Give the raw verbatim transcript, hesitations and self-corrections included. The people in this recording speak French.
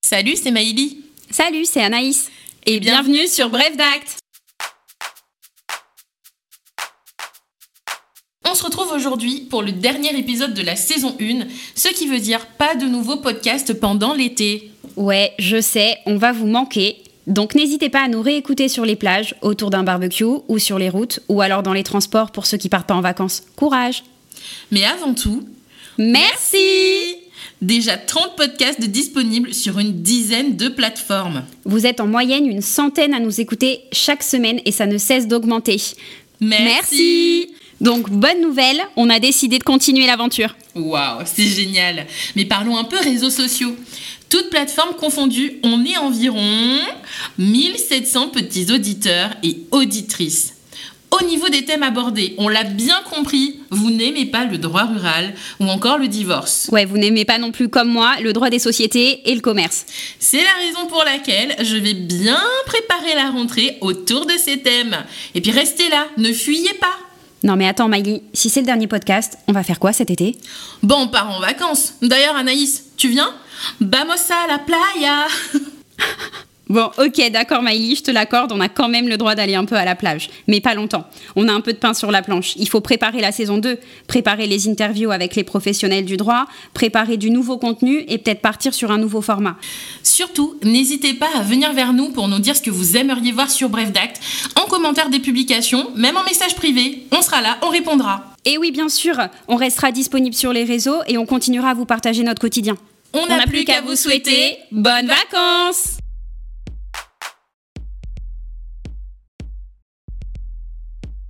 Salut, c'est Maïli. Salut, c'est Anaïs. Et bienvenue sur Bref d'Acte. On se retrouve aujourd'hui pour le dernier épisode de la saison un, ce qui veut dire pas de nouveaux podcasts pendant l'été. Ouais, je sais, on va vous manquer. Donc n'hésitez pas à nous réécouter sur les plages, autour d'un barbecue, ou sur les routes, ou alors dans les transports pour ceux qui partent pas en vacances. Courage! Mais avant tout, merci! Déjà trente podcasts disponibles sur une dizaine de plateformes. Vous êtes en moyenne une centaine à nous écouter chaque semaine et ça ne cesse d'augmenter. Merci, Merci. Donc bonne nouvelle, on a décidé de continuer l'aventure. Waouh, c'est génial. Mais parlons un peu réseaux sociaux. Toutes plateformes confondues, on est environ mille sept cents petits auditeurs et auditrices. Au niveau des thèmes abordés, on l'a bien compris, vous n'aimez pas le droit rural ou encore le divorce. Ouais, vous n'aimez pas non plus comme moi le droit des sociétés et le commerce. C'est la raison pour laquelle je vais bien préparer la rentrée autour de ces thèmes. Et puis restez là, ne fuyez pas. Non mais attends Maïli, si c'est le dernier podcast, on va faire quoi cet été ? Bon, on part en vacances. D'ailleurs Anaïs, tu viens ? Vamos a la playa. Bon, ok, d'accord Maïli, je te l'accorde, on a quand même le droit d'aller un peu à la plage, mais pas longtemps. On a un peu de pain sur la planche. Il faut préparer la saison deux, préparer les interviews avec les professionnels du droit, préparer du nouveau contenu et peut-être partir sur un nouveau format. Surtout, n'hésitez pas à venir vers nous pour nous dire ce que vous aimeriez voir sur Bref d'Acte, en commentaire des publications, même en message privé. On sera là, on répondra. Et oui, bien sûr, on restera disponible sur les réseaux et on continuera à vous partager notre quotidien. On n'a plus qu'à vous souhaiter bonnes vacances.